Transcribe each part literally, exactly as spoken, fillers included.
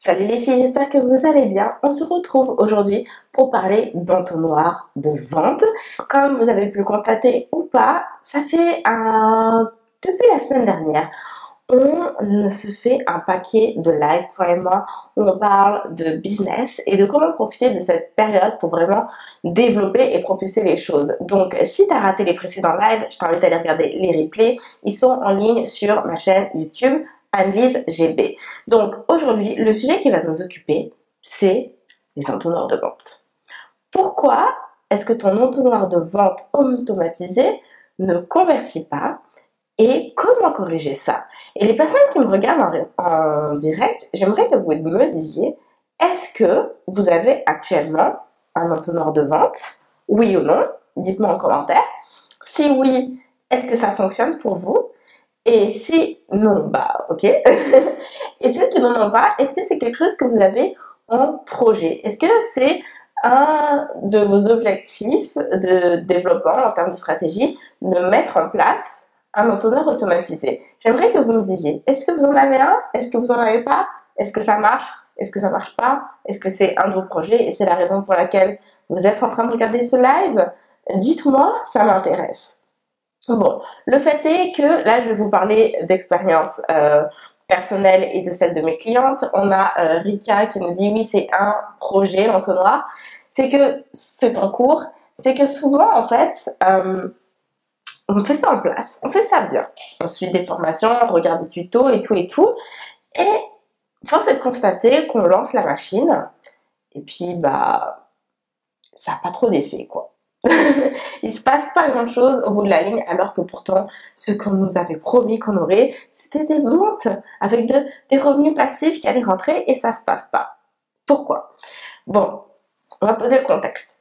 Salut les filles, j'espère que vous allez bien. On se retrouve aujourd'hui pour parler d'entonnoir de vente. Comme vous avez pu le constater ou pas, ça fait un... depuis la semaine dernière, on se fait un paquet de live, toi et moi, où on parle de business et de comment profiter de cette période pour vraiment développer et propulser les choses. Donc, si tu as raté les précédents lives, je t'invite à aller regarder les replays. Ils sont en ligne sur ma chaîne YouTube, Anne-Lise G B. Donc, aujourd'hui, le sujet qui va nous occuper, c'est les entonnoirs de vente. Pourquoi est-ce que ton entonnoir de vente automatisé ne convertit pas? Et comment corriger ça? Et les personnes qui me regardent en, en direct, j'aimerais que vous me disiez, est-ce que vous avez actuellement un entonnoir de vente? Oui ou non? Dites-moi en commentaire. Si oui, est-ce que ça fonctionne pour vous? Et si non, bah ok. Et ceux qui n'en ont pas, est-ce que c'est quelque chose que vous avez en projet? Est-ce que c'est un de vos objectifs de développement en termes de stratégie de mettre en place un entonnoir automatisé? J'aimerais que vous me disiez, est-ce que vous en avez un? Est-ce que vous en avez pas? Est-ce que ça marche? Est-ce que ça marche pas? Est-ce que c'est un de vos projets et c'est la raison pour laquelle vous êtes en train de regarder ce live? Dites-moi, ça m'intéresse. Bon, le fait est que là, je vais vous parler d'expérience euh, personnelle et de celle de mes clientes. On a euh, Rika qui nous dit oui, c'est un projet, l'entonnoir. C'est que c'est en cours. C'est que souvent, en fait, euh, on fait ça en place, on fait ça bien. On suit des formations, on regarde des tutos et tout et tout. Et force est de constater qu'on lance la machine et puis, bah, ça n'a pas trop d'effet, quoi. Il se passe pas grand chose au bout de la ligne, alors que pourtant, ce qu'on nous avait promis qu'on aurait, c'était des ventes avec de, des revenus passifs qui allaient rentrer et ça se passe pas. Pourquoi? Bon, on va poser le contexte.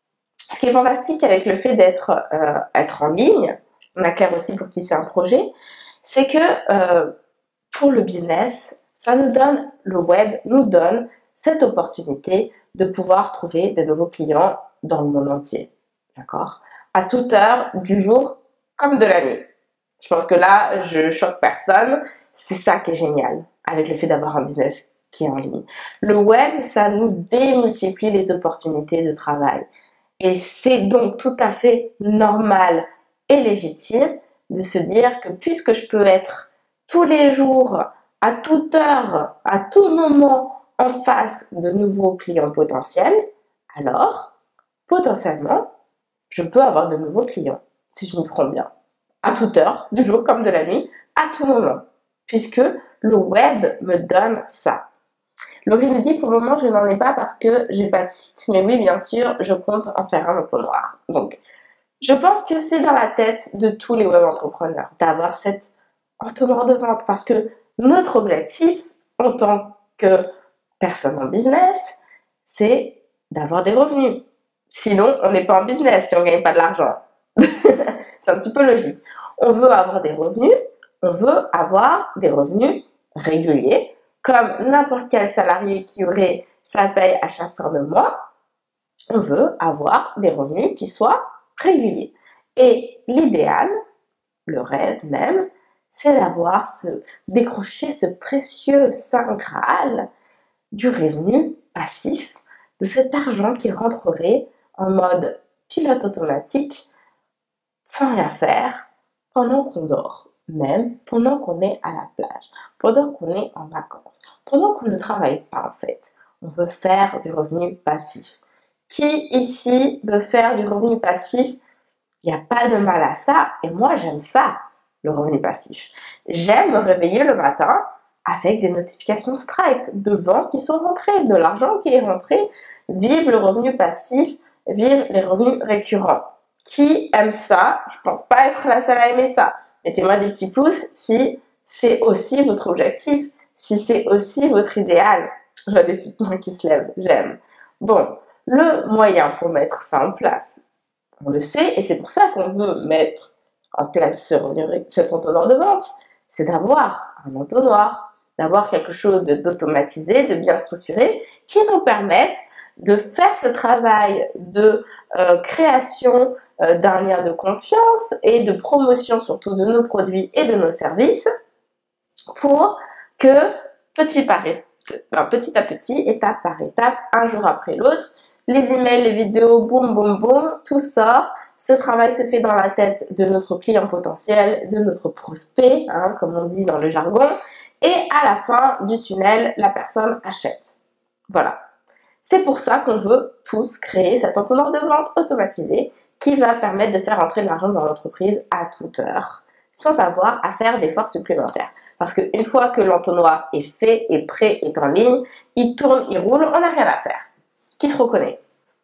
Ce qui est fantastique avec le fait d'être euh, être en ligne, on a clair aussi pour qui c'est un projet, c'est que euh, pour le business, ça nous donne, le web nous donne cette opportunité de pouvoir trouver de nouveaux clients dans le monde entier. D'accord? À toute heure du jour comme de la nuit. Je pense que là, je choque personne. C'est ça qui est génial avec le fait d'avoir un business qui est en ligne. Le web, ça nous démultiplie les opportunités de travail. Et c'est donc tout à fait normal et légitime de se dire que puisque je peux être tous les jours, à toute heure, à tout moment, en face de nouveaux clients potentiels, alors, potentiellement, je peux avoir de nouveaux clients, si je m'y prends bien, à toute heure, du jour comme de la nuit, à tout moment, puisque le web me donne ça. Laurie nous dit, pour le moment, je n'en ai pas parce que j'ai pas de site, mais oui, bien sûr, je compte en faire un entonnoir. Donc, je pense que c'est dans la tête de tous les web entrepreneurs d'avoir cet entonnoir de vente parce que notre objectif, en tant que personne en business, c'est d'avoir des revenus. Sinon, on n'est pas en business si on ne gagne pas de l'argent. C'est un petit peu logique. On veut avoir des revenus, on veut avoir des revenus réguliers, comme n'importe quel salarié qui aurait sa paye à chaque fin de mois. On veut avoir des revenus qui soient réguliers. Et l'idéal, le rêve même, c'est d'avoir ce, décrocher ce précieux saint graal du revenu passif, de cet argent qui rentrerait en mode pilote automatique, sans rien faire, pendant qu'on dort, même pendant qu'on est à la plage, pendant qu'on est en vacances, pendant qu'on ne travaille pas en fait. On veut faire du revenu passif. Qui ici veut faire du revenu passif? Il n'y a pas de mal à ça, et moi j'aime ça, le revenu passif. J'aime me réveiller le matin avec des notifications Stripe de ventes qui sont rentrées, de l'argent qui est rentré. Vive le revenu passif, vive les revenus récurrents. Qui aime ça? Je pense pas être la seule à aimer ça. Mettez-moi des petits pouces si c'est aussi votre objectif, si c'est aussi votre idéal. Je vois des petites mains qui se lèvent, j'aime. Bon, le moyen pour mettre ça en place, on le sait, et c'est pour ça qu'on veut mettre en place ce revenu, cet entonnoir de vente, c'est d'avoir un entonnoir, d'avoir quelque chose d'automatisé, de bien structuré, qui nous permette de faire ce travail de euh, création euh, d'un lien de confiance et de promotion surtout de nos produits et de nos services pour que, petit par enfin, petit à petit, étape par étape, un jour après l'autre. Les emails, les vidéos, boum, boum, boum, tout sort. Ce travail se fait dans la tête de notre client potentiel, de notre prospect, hein, comme on dit dans le jargon. Et à la fin du tunnel, la personne achète. Voilà. C'est pour ça qu'on veut tous créer cet entonnoir de vente automatisé qui va permettre de faire entrer de l'argent dans l'entreprise à toute heure, sans avoir à faire d'efforts supplémentaires. Parce qu'une fois que l'entonnoir est fait, est prêt, est en ligne, il tourne, il roule, on n'a rien à faire. Qui se reconnaît?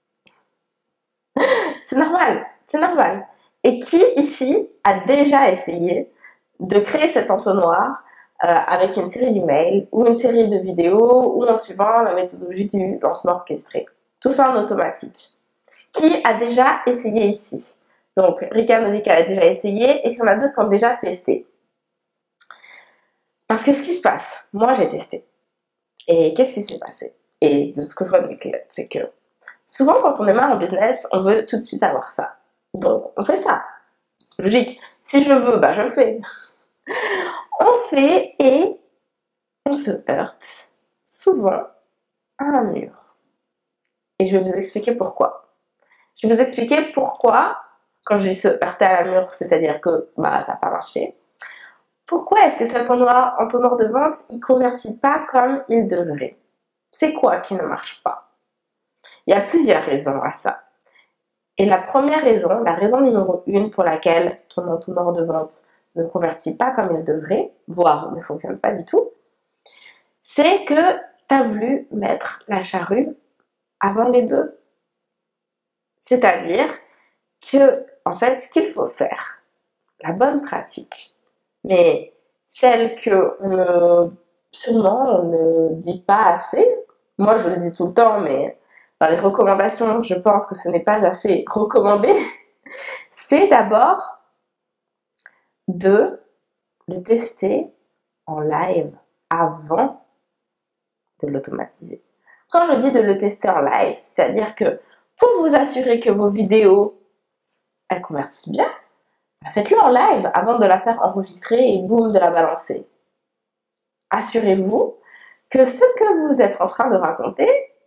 C'est normal, c'est normal. Et qui ici a déjà essayé de créer cet entonnoir euh, avec une série d'emails ou une série de vidéos ou en suivant la méthodologie du lancement orchestré? Tout ça en automatique. Qui a déjà essayé ici? Donc, Rika nous dit qu'elle a déjà essayé et qu'il y en a d'autres qui ont déjà testé. Parce que ce qui se passe, moi j'ai testé. Et qu'est-ce qui s'est passé? Et de ce que je vois de mes clients, c'est que souvent quand on démarre en business, on veut tout de suite avoir ça. Donc, on fait ça. Logique. Si je veux, bah je fais. On fait et on se heurte souvent à un mur. Et je vais vous expliquer pourquoi. Je vais vous expliquer pourquoi, quand j'ai se heurter à la mur, c'est-à-dire que bah, ça n'a pas marché, pourquoi est-ce que cet entonnoir, entonnoir de vente, il ne convertit pas comme il devrait? C'est quoi qui ne marche pas? Il y a plusieurs raisons à ça. Et la première raison, la raison numéro une pour laquelle ton entonnoir de vente ne convertit pas comme il devrait, voire ne fonctionne pas du tout, c'est que tu as voulu mettre la charrue avant les bœufs. C'est-à-dire que, en fait, ce qu'il faut faire, la bonne pratique, mais celle que on ne, sûrement on ne dit pas assez, moi je le dis tout le temps, mais dans les recommandations, je pense que ce n'est pas assez recommandé, c'est d'abord de le tester en live avant de l'automatiser. Quand je dis de le tester en live, c'est-à-dire que pour vous assurer que vos vidéos, elles convertissent bien, faites-le en live avant de la faire enregistrer et boum, de la balancer. Assurez-vous que ce que vous êtes en train de raconter,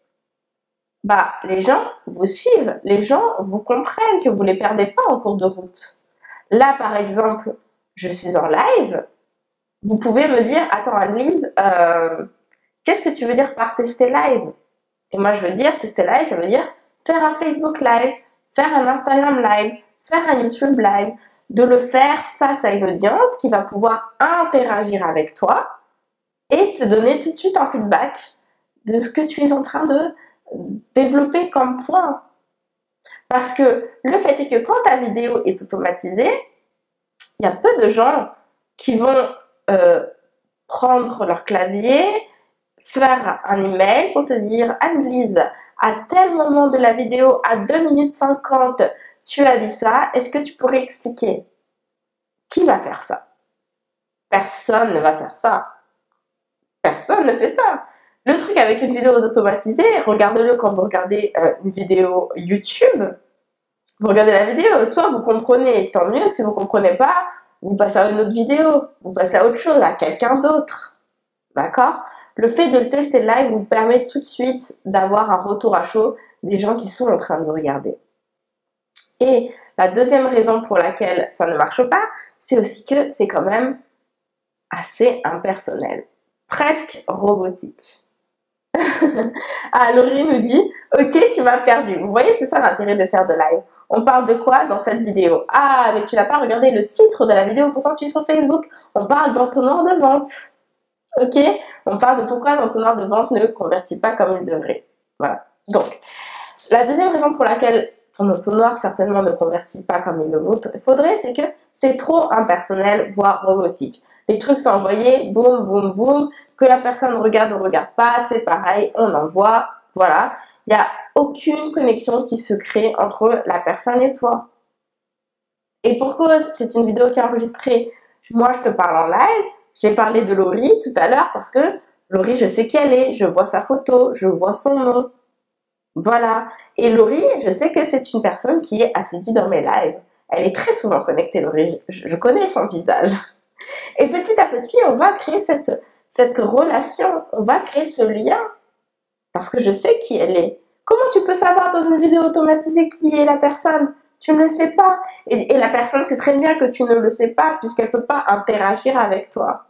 bah, les gens vous suivent, les gens vous comprennent, que vous ne les perdez pas en cours de route. Là, par exemple, je suis en live, vous pouvez me dire, attends Annelise, euh, qu'est-ce que tu veux dire par tester live? Et moi, je veux dire, tester live, ça veut dire faire un Facebook live, faire un Instagram live, faire un YouTube live, de le faire face à une audience qui va pouvoir interagir avec toi et te donner tout de suite un feedback de ce que tu es en train de développer comme point. Parce que le fait est que quand ta vidéo est automatisée, il y a peu de gens qui vont euh, prendre leur clavier, faire un email pour te dire « Annelise, à tel moment de la vidéo, à deux minutes cinquante, tu as dit ça, est-ce que tu pourrais expliquer ?» Qui va faire ça? Personne ne va faire ça. Personne ne fait ça. Le truc avec une vidéo d'automatisée, regardez-le quand vous regardez euh, une vidéo YouTube. Vous regardez la vidéo, soit vous comprenez, tant mieux. Si vous ne comprenez pas, vous passez à une autre vidéo. Vous passez à autre chose, à quelqu'un d'autre. D'accord? Le fait de le tester live vous permet tout de suite d'avoir un retour à chaud des gens qui sont en train de vous regarder. Et la deuxième raison pour laquelle ça ne marche pas, c'est aussi que c'est quand même assez impersonnel, presque robotique. Ah, Laurie nous dit « Ok, tu m'as perdu. » Vous voyez, c'est ça l'intérêt de faire de live. On parle de quoi dans cette vidéo? Ah, mais tu n'as pas regardé le titre de la vidéo, pourtant tu es sur Facebook. On parle d'entonnoir de vente. Ok? On parle de pourquoi l'entonnoir de vente ne convertit pas comme il devrait. Voilà. Donc, la deuxième raison pour laquelle ton entonnoir certainement ne convertit pas comme il le faudrait, c'est que c'est trop impersonnel, voire robotique. Les trucs sont envoyés, boum, boum, boum, que la personne regarde ou ne regarde pas, c'est pareil, on envoie, voilà. Il n'y a aucune connexion qui se crée entre la personne et toi. Et pour cause, c'est une vidéo qui est enregistrée. Moi, je te parle en live. J'ai parlé de Laurie tout à l'heure parce que Laurie, je sais qui elle est, je vois sa photo, je vois son nom. Voilà. Et Laurie, je sais que c'est une personne qui est assidue dans mes lives. Elle est très souvent connectée, Laurie. Je, je connais son visage. Et petit à petit, on va créer cette, cette relation, on va créer ce lien parce que je sais qui elle est. Comment tu peux savoir dans une vidéo automatisée qui est la personne? Tu ne le sais pas. Et, et la personne sait très bien que tu ne le sais pas puisqu'elle ne peut pas interagir avec toi.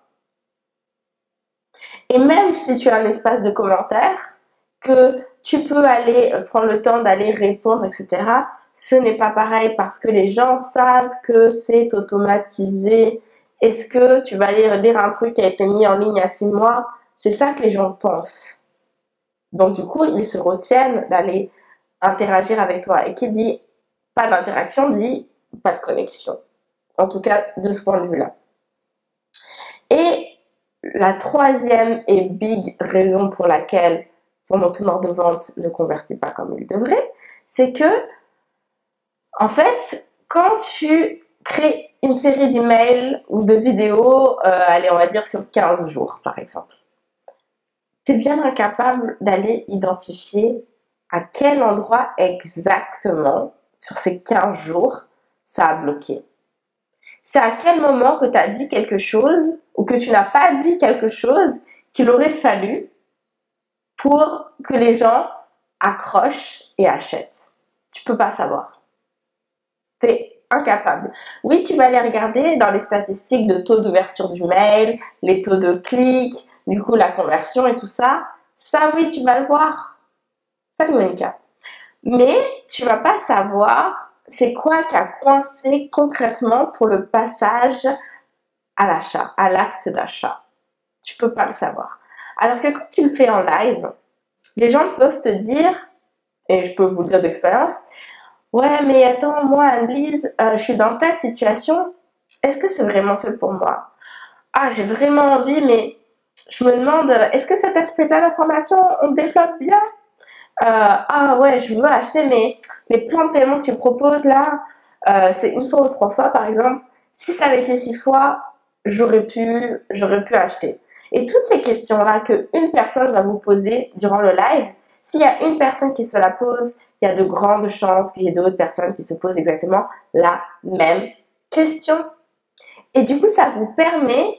Et même si tu as un espace de commentaires, que tu peux aller prendre le temps d'aller répondre, et cetera, ce n'est pas pareil parce que les gens savent que c'est automatisé. Est-ce que tu vas aller lire un truc qui a été mis en ligne il y a six mois? C'est ça que les gens pensent. Donc du coup, ils se retiennent d'aller interagir avec toi. Et qui dit pas d'interaction dit pas de connexion. En tout cas, de ce point de vue-là. Et la troisième et big raison pour laquelle son entonnoir de vente ne convertit pas comme il devrait, c'est que, en fait, quand tu crées une série d'emails ou de vidéos, euh, allez, on va dire sur quinze jours, par exemple, tu es bien incapable d'aller identifier à quel endroit exactement, sur ces quinze jours, ça a bloqué. C'est à quel moment que tu as dit quelque chose ou que tu n'as pas dit quelque chose qu'il aurait fallu pour que les gens accrochent et achètent. Tu peux pas savoir. Tu es incapable. Oui, tu vas aller regarder dans les statistiques de taux d'ouverture du mail, les taux de clics, du coup la conversion et tout ça. Ça, oui, tu vas le voir. Ça, c'est le cas. Mais tu vas pas savoir c'est quoi qui a coincé concrètement pour le passage à l'achat, à l'acte d'achat. Tu peux pas le savoir. Alors que quand tu le fais en live, les gens peuvent te dire, et je peux vous le dire d'expérience, ouais mais attends, moi Anne-Lise, euh, je suis dans telle situation, est-ce que c'est vraiment fait pour moi? Ah, j'ai vraiment envie, mais je me demande, est-ce que cet aspect-là d'information, on développe bien? Euh, ah ouais, je veux acheter, mais les plans de paiement que tu proposes là, euh, c'est une fois ou trois fois par exemple. Si ça avait été six fois, j'aurais pu, j'aurais pu acheter. Et toutes ces questions-là que une personne va vous poser durant le live, s'il y a une personne qui se la pose, il y a de grandes chances qu'il y ait d'autres personnes qui se posent exactement la même question. Et du coup, ça vous permet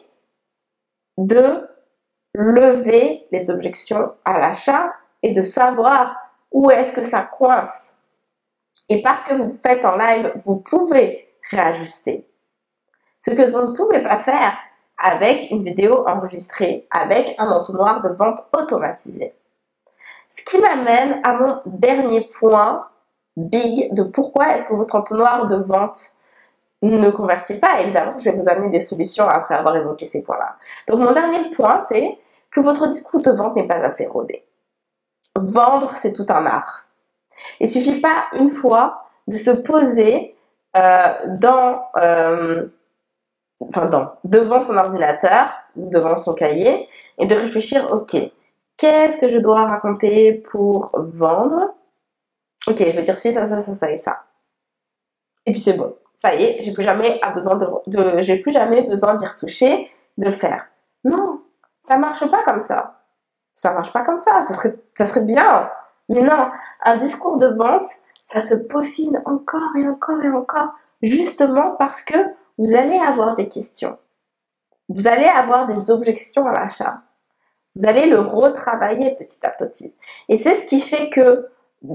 de lever les objections à l'achat et de savoir où est-ce que ça coince. Et parce que vous faites en live, vous pouvez réajuster. Ce que vous ne pouvez pas faire avec une vidéo enregistrée, avec un entonnoir de vente automatisé. Ce qui m'amène à mon dernier point big de pourquoi est-ce que votre entonnoir de vente ne convertit pas. Évidemment, je vais vous amener des solutions après avoir évoqué ces points-là. Donc mon dernier point, c'est que votre discours de vente n'est pas assez rodé. Vendre, c'est tout un art. Il ne suffit pas une fois de se poser euh, dans, euh, enfin dans, devant son ordinateur ou devant son cahier et de réfléchir, ok, qu'est-ce que je dois raconter pour vendre? Ok, je vais dire ci, ça, ça, ça, ça et ça. Et puis c'est bon, ça y est, j'ai plus jamais besoin de, de j'ai plus jamais besoin d'y retoucher, de faire. Non, ça marche pas comme ça. Ça marche pas comme ça, ça serait, ça serait bien. Mais non, un discours de vente, ça se peaufine encore et encore et encore, justement parce que vous allez avoir des questions. Vous allez avoir des objections à l'achat. Vous allez le retravailler petit à petit. Et c'est ce qui fait que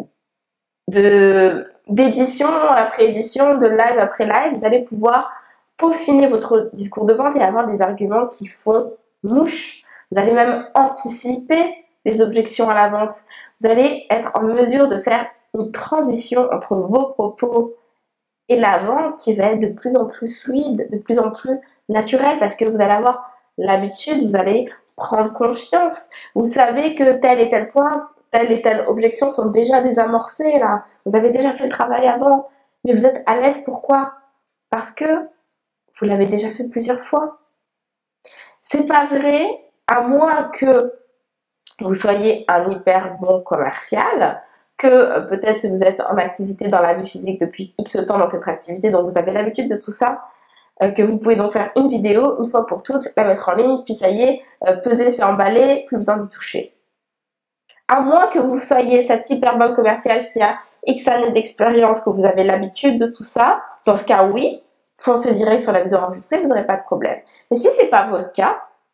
de, d'édition après édition, de live après live, vous allez pouvoir peaufiner votre discours de vente et avoir des arguments qui font mouche. Vous allez même anticiper les objections à la vente. Vous allez être en mesure de faire une transition entre vos propos et la vente qui va être de plus en plus fluide, de plus en plus naturelle parce que vous allez avoir l'habitude, vous allez prendre confiance. Vous savez que tel et tel point, telle et telle objection sont déjà désamorcées là. Vous avez déjà fait le travail avant, mais vous êtes à l'aise. Pourquoi? Parce que vous l'avez déjà fait plusieurs fois. C'est pas vrai, à moins que vous soyez un hyper bon commercial, que euh, peut-être vous êtes en activité dans la vie physique depuis X temps dans cette activité, donc vous avez l'habitude de tout ça, euh, que vous pouvez donc faire une vidéo une fois pour toutes, la mettre en ligne, puis ça y est, euh, peser, c'est emballé, plus besoin d'y toucher. À moins que vous soyez cette hyper bonne commerciale qui a X années d'expérience, que vous avez l'habitude de tout ça, dans ce cas oui, foncez direct sur la vidéo enregistrée, vous n'aurez pas de problème. Mais si c'est pas votre cas,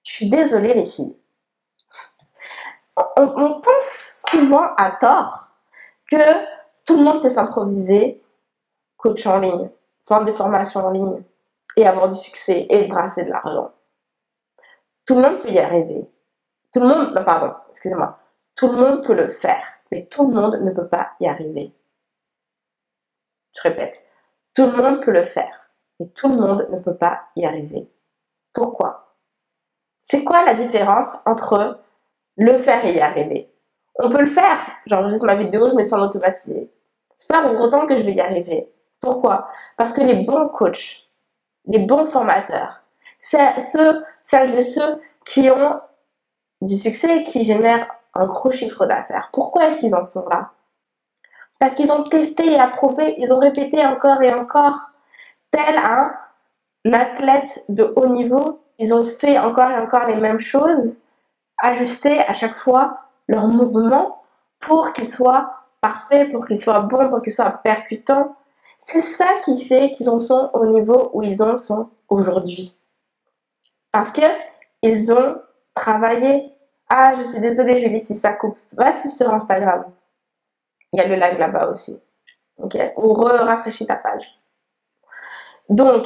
Je suis désolée les filles. On, on pense souvent à tort que tout le monde peut s'improviser coach en ligne, vendre des formations en ligne et avoir du succès et brasser de l'argent. Tout le monde peut y arriver. Tout le monde, non pardon, excusez-moi. Tout le monde peut le faire, mais tout le monde ne peut pas y arriver. Je répète, tout le monde peut le faire, mais tout le monde ne peut pas y arriver. Pourquoi? C'est quoi la différence entre le faire et y arriver? On peut le faire, j'enregistre ma vidéo, je mets ça en automatisé. C'est pas pour autant que je vais y arriver. Pourquoi? Parce que les bons coachs, les bons formateurs, c'est ceux, celles et ceux qui ont du succès, qui génèrent un gros chiffre d'affaires. Pourquoi est-ce qu'ils en sont là? Parce qu'ils ont testé et approuvé, ils ont répété encore et encore. Tel un athlète de haut niveau, ils ont fait encore et encore les mêmes choses, ajusté à chaque fois leurs mouvements pour qu'ils soient parfaits, pour qu'ils soient bons, pour qu'ils soient percutants. C'est ça qui fait qu'ils en sont au niveau où ils en sont aujourd'hui. Parce que ils ont travaillé. Ah, je suis désolée Julie si ça coupe. Va suivre sur Instagram. Il y a le live là-bas aussi. Ok? Ou rafraîchis ta page. Donc,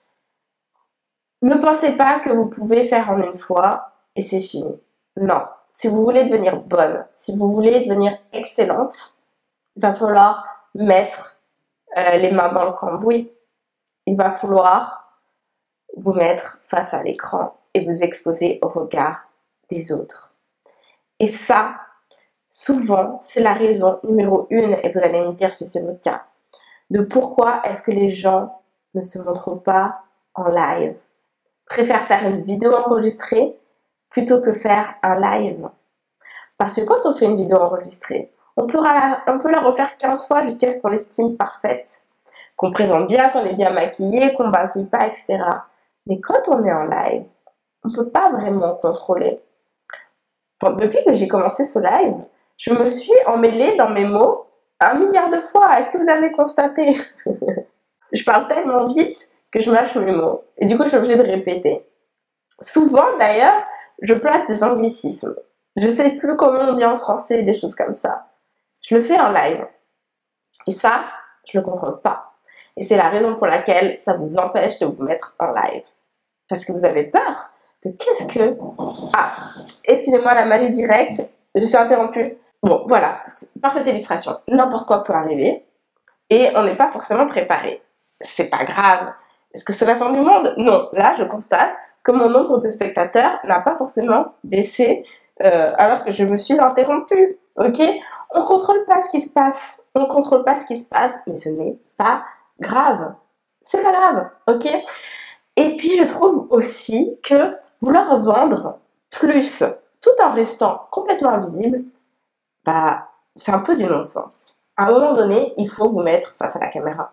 ne pensez pas que vous pouvez faire en une fois et c'est fini. Non. Si vous voulez devenir bonne, si vous voulez devenir excellente, il va falloir mettre euh, les mains dans le cambouis. Il va falloir vous mettre face à l'écran et vous exposer au regard des autres. Et ça, souvent, c'est la raison numéro une, et vous allez me dire si c'est votre cas, de pourquoi est-ce que les gens ne se montrent pas en live, préfèrent faire une vidéo enregistrée plutôt que faire un live. Parce que quand on fait une vidéo enregistrée, on peut la, on peut la refaire quinze fois jusqu'à ce qu'on l'estime parfaite, qu'on présente bien, qu'on est bien maquillé, qu'on ne bafouille pas, et cetera. Mais quand on est en live, on ne peut pas vraiment contrôler. Bon, depuis que j'ai commencé ce live, je me suis emmêlée dans mes mots un milliard de fois. Est-ce que vous avez constaté? Je parle tellement vite que je mâche mes mots. Et du coup, je suis obligée de répéter. Souvent, d'ailleurs, je place des anglicismes. Je sais plus comment on dit en français, des choses comme ça. Je le fais en live. Et ça, je le contrôle pas. Et c'est la raison pour laquelle ça vous empêche de vous mettre en live. Parce que vous avez peur de qu'est-ce que... Ah, excusez-moi, la magie directe, je suis interrompue. Bon, voilà, parfaite illustration. N'importe quoi peut arriver et on n'est pas forcément préparé. C'est pas grave. Est-ce que c'est la fin du monde? Non. Là, je constate que mon nombre de spectateurs n'a pas forcément baissé euh, alors que je me suis interrompue. Ok? On contrôle pas ce qui se passe. On contrôle pas ce qui se passe, mais ce n'est pas grave. C'est pas grave. Ok? Et puis, je trouve aussi que vouloir vendre plus tout en restant complètement invisible, bah, c'est un peu du non-sens. À un moment donné, il faut vous mettre face à la caméra.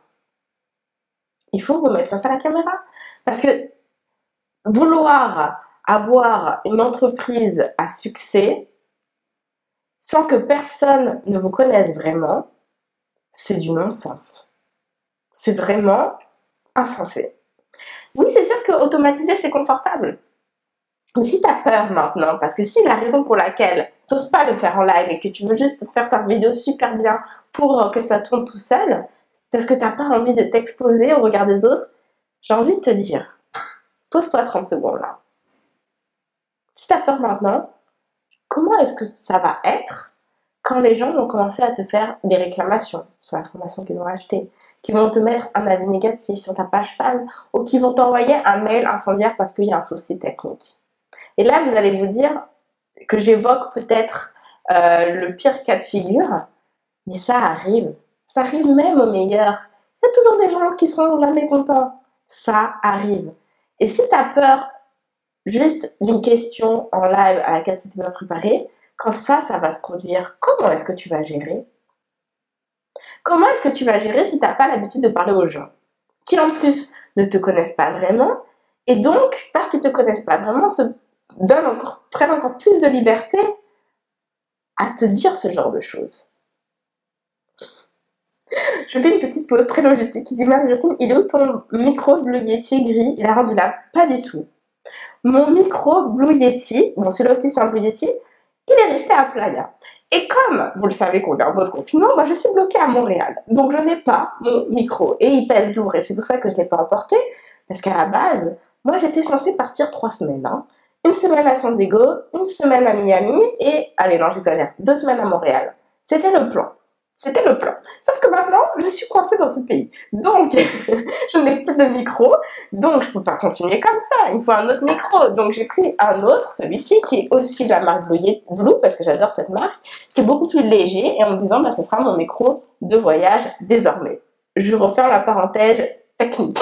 Il faut vous mettre face à la caméra. Parce que vouloir avoir une entreprise à succès sans que personne ne vous connaisse vraiment, c'est du non-sens. C'est vraiment insensé. Oui, c'est sûr que automatiser, c'est confortable. Mais si tu as peur maintenant, parce que si la raison pour laquelle tu n'oses pas le faire en live et que tu veux juste faire ta vidéo super bien pour que ça tourne tout seul, parce que tu n'as pas envie de t'exposer au regard des autres, j'ai envie de te dire, pose-toi trente secondes là. Si tu as peur maintenant, comment est-ce que ça va être quand les gens vont commencer à te faire des réclamations sur la formation qu'ils ont achetée, qui vont te mettre un avis négatif sur ta page fan, ou qui vont t'envoyer un mail incendiaire parce qu'il y a un souci technique. Et là, vous allez vous dire que j'évoque peut-être euh, le pire cas de figure, mais ça arrive. Ça arrive même aux meilleurs. Il y a toujours des gens qui sont jamais contents. Ça arrive. Et si tu as peur juste d'une question en live à laquelle tu t'es bien préparé, quand ça, ça va se produire, comment est-ce que tu vas gérer? Comment est-ce que tu vas gérer si tu n'as pas l'habitude de parler aux gens, qui en plus ne te connaissent pas vraiment, et donc, parce qu'ils ne te connaissent pas vraiment, se donnent encore, prennent encore plus de liberté à te dire ce genre de choses. Je fais une petite pause très logistique qui dit Marie-Joséphine, il est où ton micro bleu Yeti gris? Il a rendu là, pas du tout. mon micro Blue Yeti, bon celui-là aussi c'est un Blue Yeti, il est resté à Playa. Et comme vous le savez qu'on est en mode confinement, moi je suis bloquée à Montréal. Donc je n'ai pas mon micro et il pèse lourd et c'est pour ça que je ne l'ai pas emporté. Parce qu'à la base, moi j'étais censée partir trois semaines. Hein. Une semaine à San Diego, une semaine à Miami et, allez non j'exagère, deux semaines à Montréal. C'était le plan. C'était le plan. Sauf que maintenant, je suis coincée dans ce pays. Donc, je n'ai plus de micro. Donc, je ne peux pas continuer comme ça. Il me faut un autre micro. Donc, j'ai pris un autre, celui-ci, qui est aussi de la marque Blue, parce que j'adore cette marque, qui est beaucoup plus léger. Et en me disant, bah, ce sera mon micro de voyage désormais. Je referme la parenthèse technique.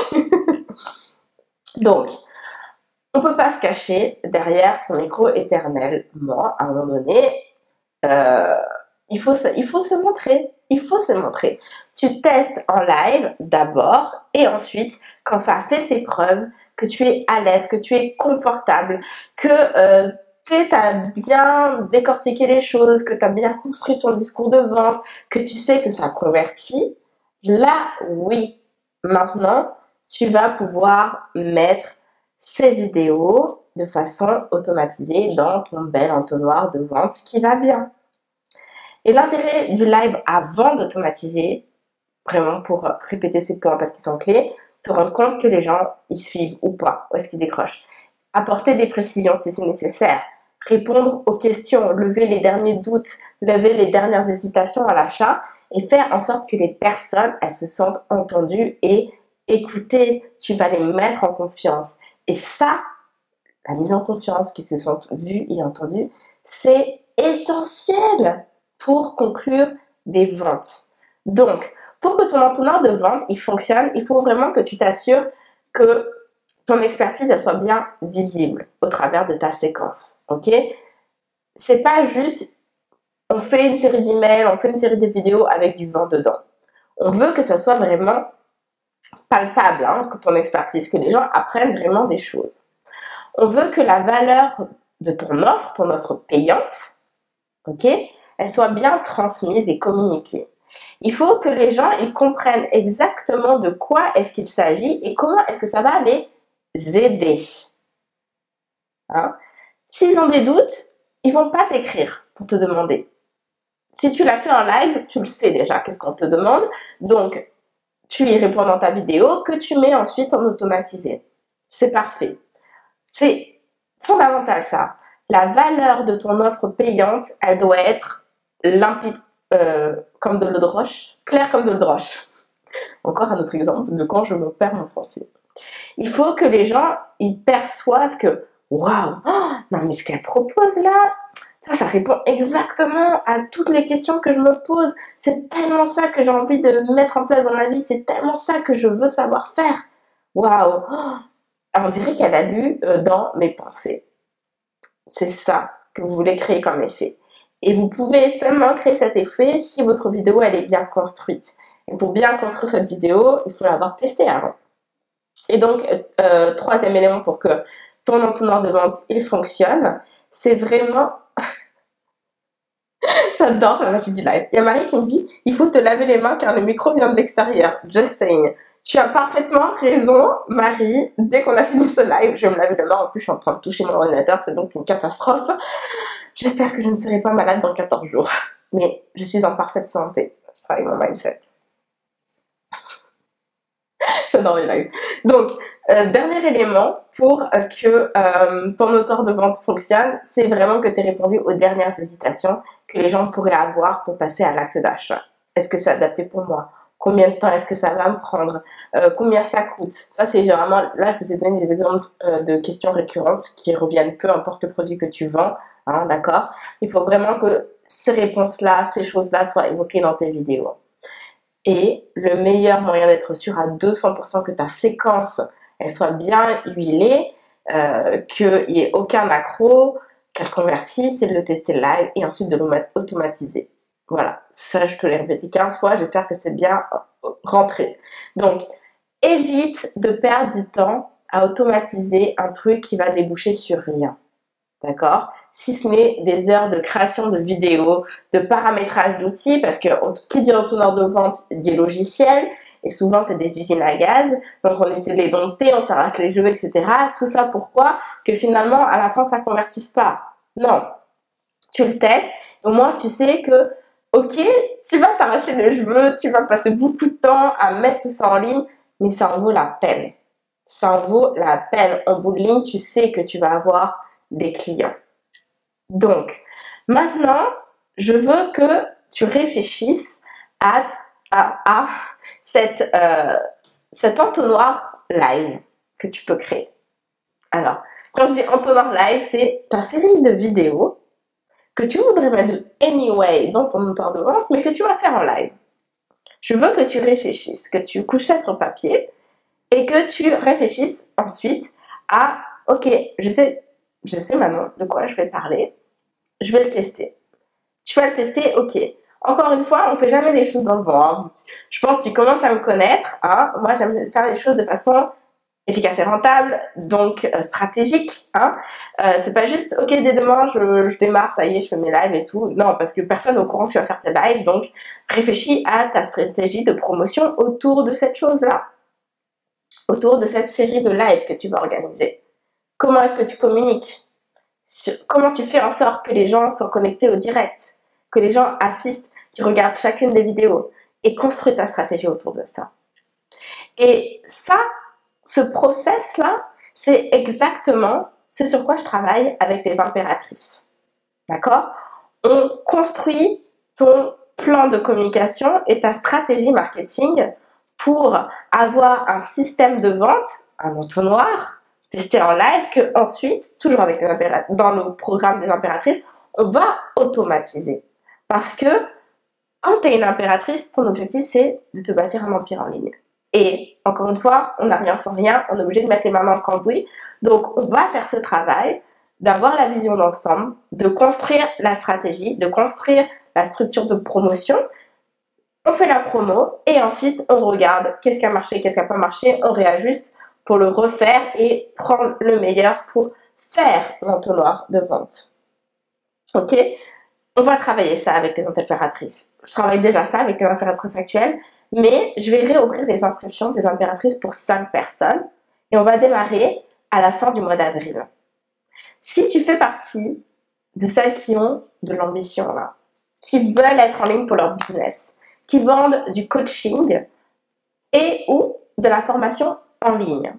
Donc, on ne peut pas se cacher derrière son micro éternel. Moi, à un moment donné, euh, Il faut, se, il faut se montrer, il faut se montrer. Tu testes en live d'abord et ensuite, quand ça a fait ses preuves, que tu es à l'aise, que tu es confortable, que euh, tu as bien décortiqué les choses, que tu as bien construit ton discours de vente, que tu sais que ça convertit, là, oui, maintenant, tu vas pouvoir mettre ces vidéos de façon automatisée dans ton bel entonnoir de vente qui va bien. Et l'intérêt du live avant d'automatiser, vraiment pour répéter ces points parce qu'ils sont clés, te rendre compte que les gens y suivent ou pas, ou est-ce qu'ils décrochent. Apporter des précisions si c'est nécessaire. Répondre aux questions, lever les derniers doutes, lever les dernières hésitations à l'achat et faire en sorte que les personnes, elles se sentent entendues et écoutées. Tu vas les mettre en confiance. Et ça, la mise en confiance, qu'ils se sentent vus et entendus, c'est essentiel pour conclure des ventes. Donc, pour que ton entonnoir de vente il fonctionne, il faut vraiment que tu t'assures que ton expertise elle soit bien visible au travers de ta séquence. Ok? C'est pas juste on fait une série d'emails, on fait une série de vidéos avec du vent dedans. On veut que ça soit vraiment palpable, hein, que ton expertise, que les gens apprennent vraiment des choses. On veut que la valeur de ton offre, ton offre payante, ok, elle soit bien transmise et communiquée. Il faut que les gens ils comprennent exactement de quoi est-ce qu'il s'agit et comment est-ce que ça va les aider. Hein? S'ils ont des doutes, ils vont pas t'écrire pour te demander. Si tu l'as fait en live, tu le sais déjà qu'est-ce qu'on te demande. Donc, tu y réponds dans ta vidéo que tu mets ensuite en automatisé. C'est parfait. C'est fondamental ça. La valeur de ton offre payante, elle doit être limpide euh, comme de l'eau de roche, claire comme de l'eau de roche. Encore un autre exemple de quand je me perds mon français. Il faut que les gens ils perçoivent que waouh, oh, non mais ce qu'elle propose là, ça, ça répond exactement à toutes les questions que je me pose. C'est tellement ça que j'ai envie de mettre en place dans ma vie. C'est tellement ça que je veux savoir faire. Waouh, oh, on dirait qu'elle a lu euh, dans mes pensées. C'est ça que vous voulez créer comme effet. Et vous pouvez seulement créer cet effet si votre vidéo elle est bien construite. Et pour bien construire cette vidéo, il faut l'avoir testée avant. Et donc, euh, troisième élément pour que ton entonnoir de vente il fonctionne, c'est vraiment... J'adore la magie du live. Il y a Marie qui me dit, il faut te laver les mains car le micro vient de l'extérieur. Just saying. Tu as parfaitement raison, Marie. Dès qu'on a fini ce live, je vais me laver les mains. En plus, je suis en train de toucher mon ordinateur. C'est donc une catastrophe. J'espère que je ne serai pas malade dans quatorze jours. Mais je suis en parfaite santé. Je travaille mon mindset. J'adore les lives. Donc, euh, dernier élément pour euh, que euh, ton auteur de vente fonctionne, c'est vraiment que tu aies répondu aux dernières hésitations que les gens pourraient avoir pour passer à l'acte d'achat. Est-ce que c'est adapté pour moi? Combien de temps est-ce que ça va me prendre? euh, Combien ça coûte? Ça, c'est généralement... Là, je vous ai donné des exemples euh, de questions récurrentes qui reviennent peu importe le produit que tu vends. Hein, d'accord? Il faut vraiment que ces réponses-là, ces choses-là soient évoquées dans tes vidéos. Et le meilleur moyen d'être sûr à deux cents pour cent que ta séquence elle soit bien huilée, euh, qu'il n'y ait aucun accro, qu'elle convertisse, c'est de le tester live et ensuite de l'automatiser. Voilà, ça je te l'ai répété quinze fois, j'espère que c'est bien rentré. Donc, évite de perdre du temps à automatiser un truc qui va déboucher sur rien. D'accord? si ce n'est des heures de création de vidéos, de paramétrage d'outils, parce que qui dit entonnoir de vente dit logiciel, et souvent c'est des usines à gaz, donc on essaie de les dompter, on s'arrache les cheveux, et cetera. Tout ça pourquoi? Que finalement, à la fin, ça ne convertisse pas. Non, tu le testes, au moins tu sais que, ok, tu vas t'arracher les cheveux, tu vas passer beaucoup de temps à mettre tout ça en ligne, mais ça en vaut la peine. Ça en vaut la peine. En bout de ligne, tu sais que tu vas avoir des clients. Donc, maintenant, je veux que tu réfléchisses à, à, à cette, euh, cet entonnoir live que tu peux créer. Alors, quand je dis entonnoir live, c'est ta série de vidéos que tu voudrais mettre anyway dans ton moteur de vente, mais que tu vas faire en live. Je veux que tu réfléchisses, que tu couches ça sur papier et que tu réfléchisses ensuite à, ok, je sais, je sais maintenant de quoi je vais parler, je vais le tester. Tu vas le tester, ok. Encore une fois, on ne fait jamais les choses dans le vent. Hein. Je pense que tu commences à me connaître. Hein. Moi, j'aime faire les choses de façon efficace et rentable, donc euh, stratégique. Hein. Euh, c'est pas juste, ok, dès demain, je, je démarre, ça y est, je fais mes lives et tout. Non, parce que personne n'est au courant que tu vas faire tes lives, donc réfléchis à ta stratégie de promotion autour de cette chose-là, autour de cette série de lives que tu vas organiser. Comment est-ce que tu communiques? Comment tu fais en sorte que les gens soient connectés au direct, que les gens assistent, qu'ils regardent chacune des vidéos et construis ta stratégie autour de ça. Et ça, ce process-là, c'est exactement ce sur quoi je travaille avec les impératrices. D'accord? On construit ton plan de communication et ta stratégie marketing pour avoir un système de vente, un entonnoir, testé en live, que ensuite, toujours avec les impérat- dans le programme des impératrices, on va automatiser. Parce que quand tu es une impératrice, ton objectif, c'est de te bâtir un empire en ligne. Et encore une fois, on n'a rien sans rien, on est obligé de mettre les mains dans le cambouis. Donc, on va faire ce travail d'avoir la vision d'ensemble, de construire la stratégie, de construire la structure de promotion. On fait la promo et ensuite, on regarde qu'est-ce qui a marché, qu'est-ce qui n'a pas marché, on réajuste pour le refaire et prendre le meilleur pour faire l'entonnoir de vente. Ok? On va travailler ça avec les impératrices. Je travaille déjà ça avec les impératrices actuelles, mais je vais réouvrir les inscriptions des impératrices pour cinq personnes et on va démarrer à la fin du mois d'avril. Si tu fais partie de celles qui ont de l'ambition là, qui veulent être en ligne pour leur business, qui vendent du coaching et ou de la formation en ligne,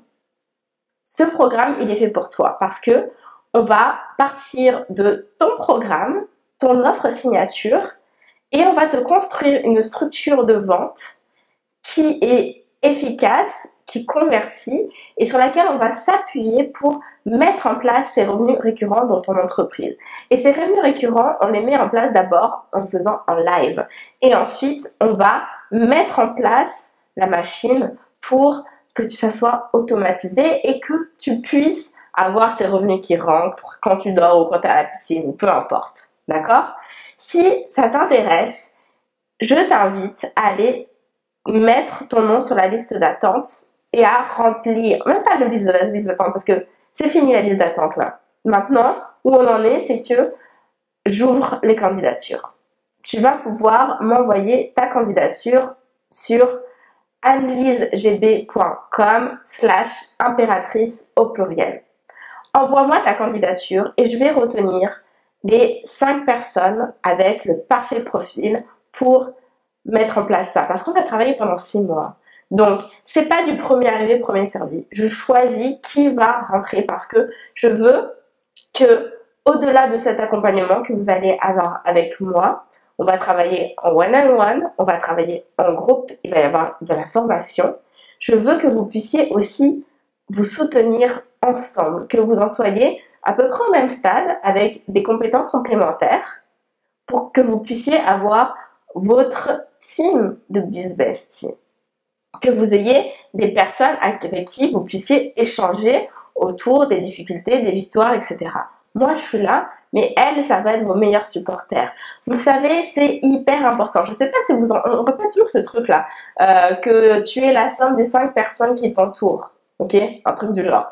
ce programme, il est fait pour toi parce que on va partir de ton programme, ton offre signature, et on va te construire une structure de vente qui est efficace, qui convertit et sur laquelle on va s'appuyer pour mettre en place ces revenus récurrents dans ton entreprise. Et ces revenus récurrents, on les met en place d'abord en faisant en live. Et ensuite, on va mettre en place la machine pour que ça soit automatisé et que tu puisses avoir ces revenus qui rentrent quand tu dors ou quand tu es à la piscine, peu importe. D'accord? Si ça t'intéresse, je t'invite à aller mettre ton nom sur la liste d'attente et à remplir, même pas la liste de la liste d'attente parce que c'est fini la liste d'attente là. Maintenant, où on en est, c'est que j'ouvre les candidatures. Tu vas pouvoir m'envoyer ta candidature sur anneliesegb.com slash impératrice au pluriel. Envoie-moi ta candidature et je vais retenir les cinq personnes avec le parfait profil pour mettre en place ça. Parce qu'on va travailler pendant six mois. Donc, c'est pas du premier arrivé, premier servi. Je choisis qui va rentrer parce que je veux que, au-delà de cet accompagnement que vous allez avoir avec moi, on va travailler en one-on-one, on va travailler en groupe, il va y avoir de la formation. Je veux que vous puissiez aussi vous soutenir ensemble, que vous en soyez à peu près au même stade avec des compétences complémentaires pour que vous puissiez avoir votre team de BizBestie. Que vous ayez des personnes avec qui vous puissiez échanger autour des difficultés, des victoires, et cetera. Moi, je suis là, mais elles, ça va être vos meilleurs supporters. Vous le savez, c'est hyper important. Je ne sais pas si vous en... On répète toujours ce truc-là, euh, que tu es la somme des cinq personnes qui t'entourent. Ok? Un truc du genre.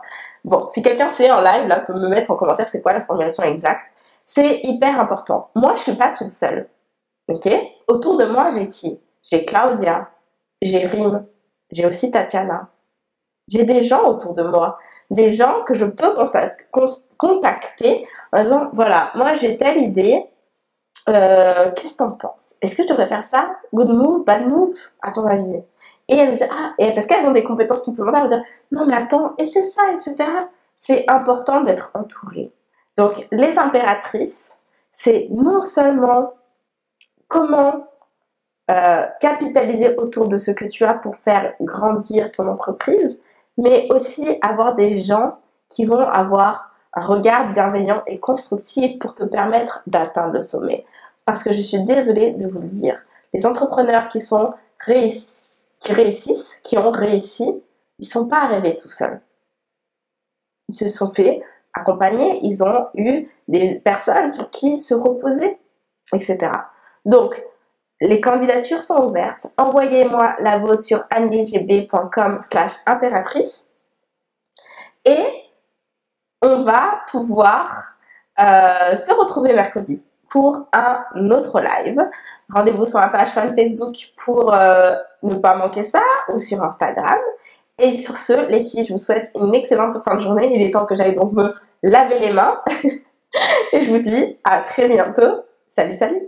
Bon, si quelqu'un sait en live, là, peut me mettre en commentaire c'est quoi la formulation exacte. C'est hyper important. Moi, je suis pas toute seule. Ok? Autour de moi, j'ai qui? J'ai Claudia, j'ai Rim, j'ai aussi Tatiana. J'ai des gens autour de moi, des gens que je peux contacter en disant, voilà, moi j'ai telle idée, euh, qu'est-ce que t'en penses? Est-ce que je devrais faire ça? Good move, bad move, à ton avis? Et elles me disent, ah, et parce qu'elles ont des compétences complémentaires, elles me disent, non mais attends, et c'est ça, et cetera. C'est important d'être entouré. Donc, les impératrices, c'est non seulement comment euh, capitaliser autour de ce que tu as pour faire grandir ton entreprise, mais aussi avoir des gens qui vont avoir un regard bienveillant et constructif pour te permettre d'atteindre le sommet. Parce que je suis désolée de vous le dire, les entrepreneurs qui sont réussi, qui réussissent, qui ont réussi, ils ne sont pas arrivés tout seuls. Ils se sont fait accompagner, ils ont eu des personnes sur qui se reposer, et cetera. Donc, les candidatures sont ouvertes. Envoyez-moi la vôtre sur andigb.com slash impératrice et on va pouvoir euh, se retrouver mercredi pour un autre live. Rendez-vous sur ma page fan Facebook pour euh, ne pas manquer ça ou sur Instagram. Et sur ce, les filles, je vous souhaite une excellente fin de journée. Il est temps que j'aille donc me laver les mains. Et je vous dis à très bientôt. Salut, salut!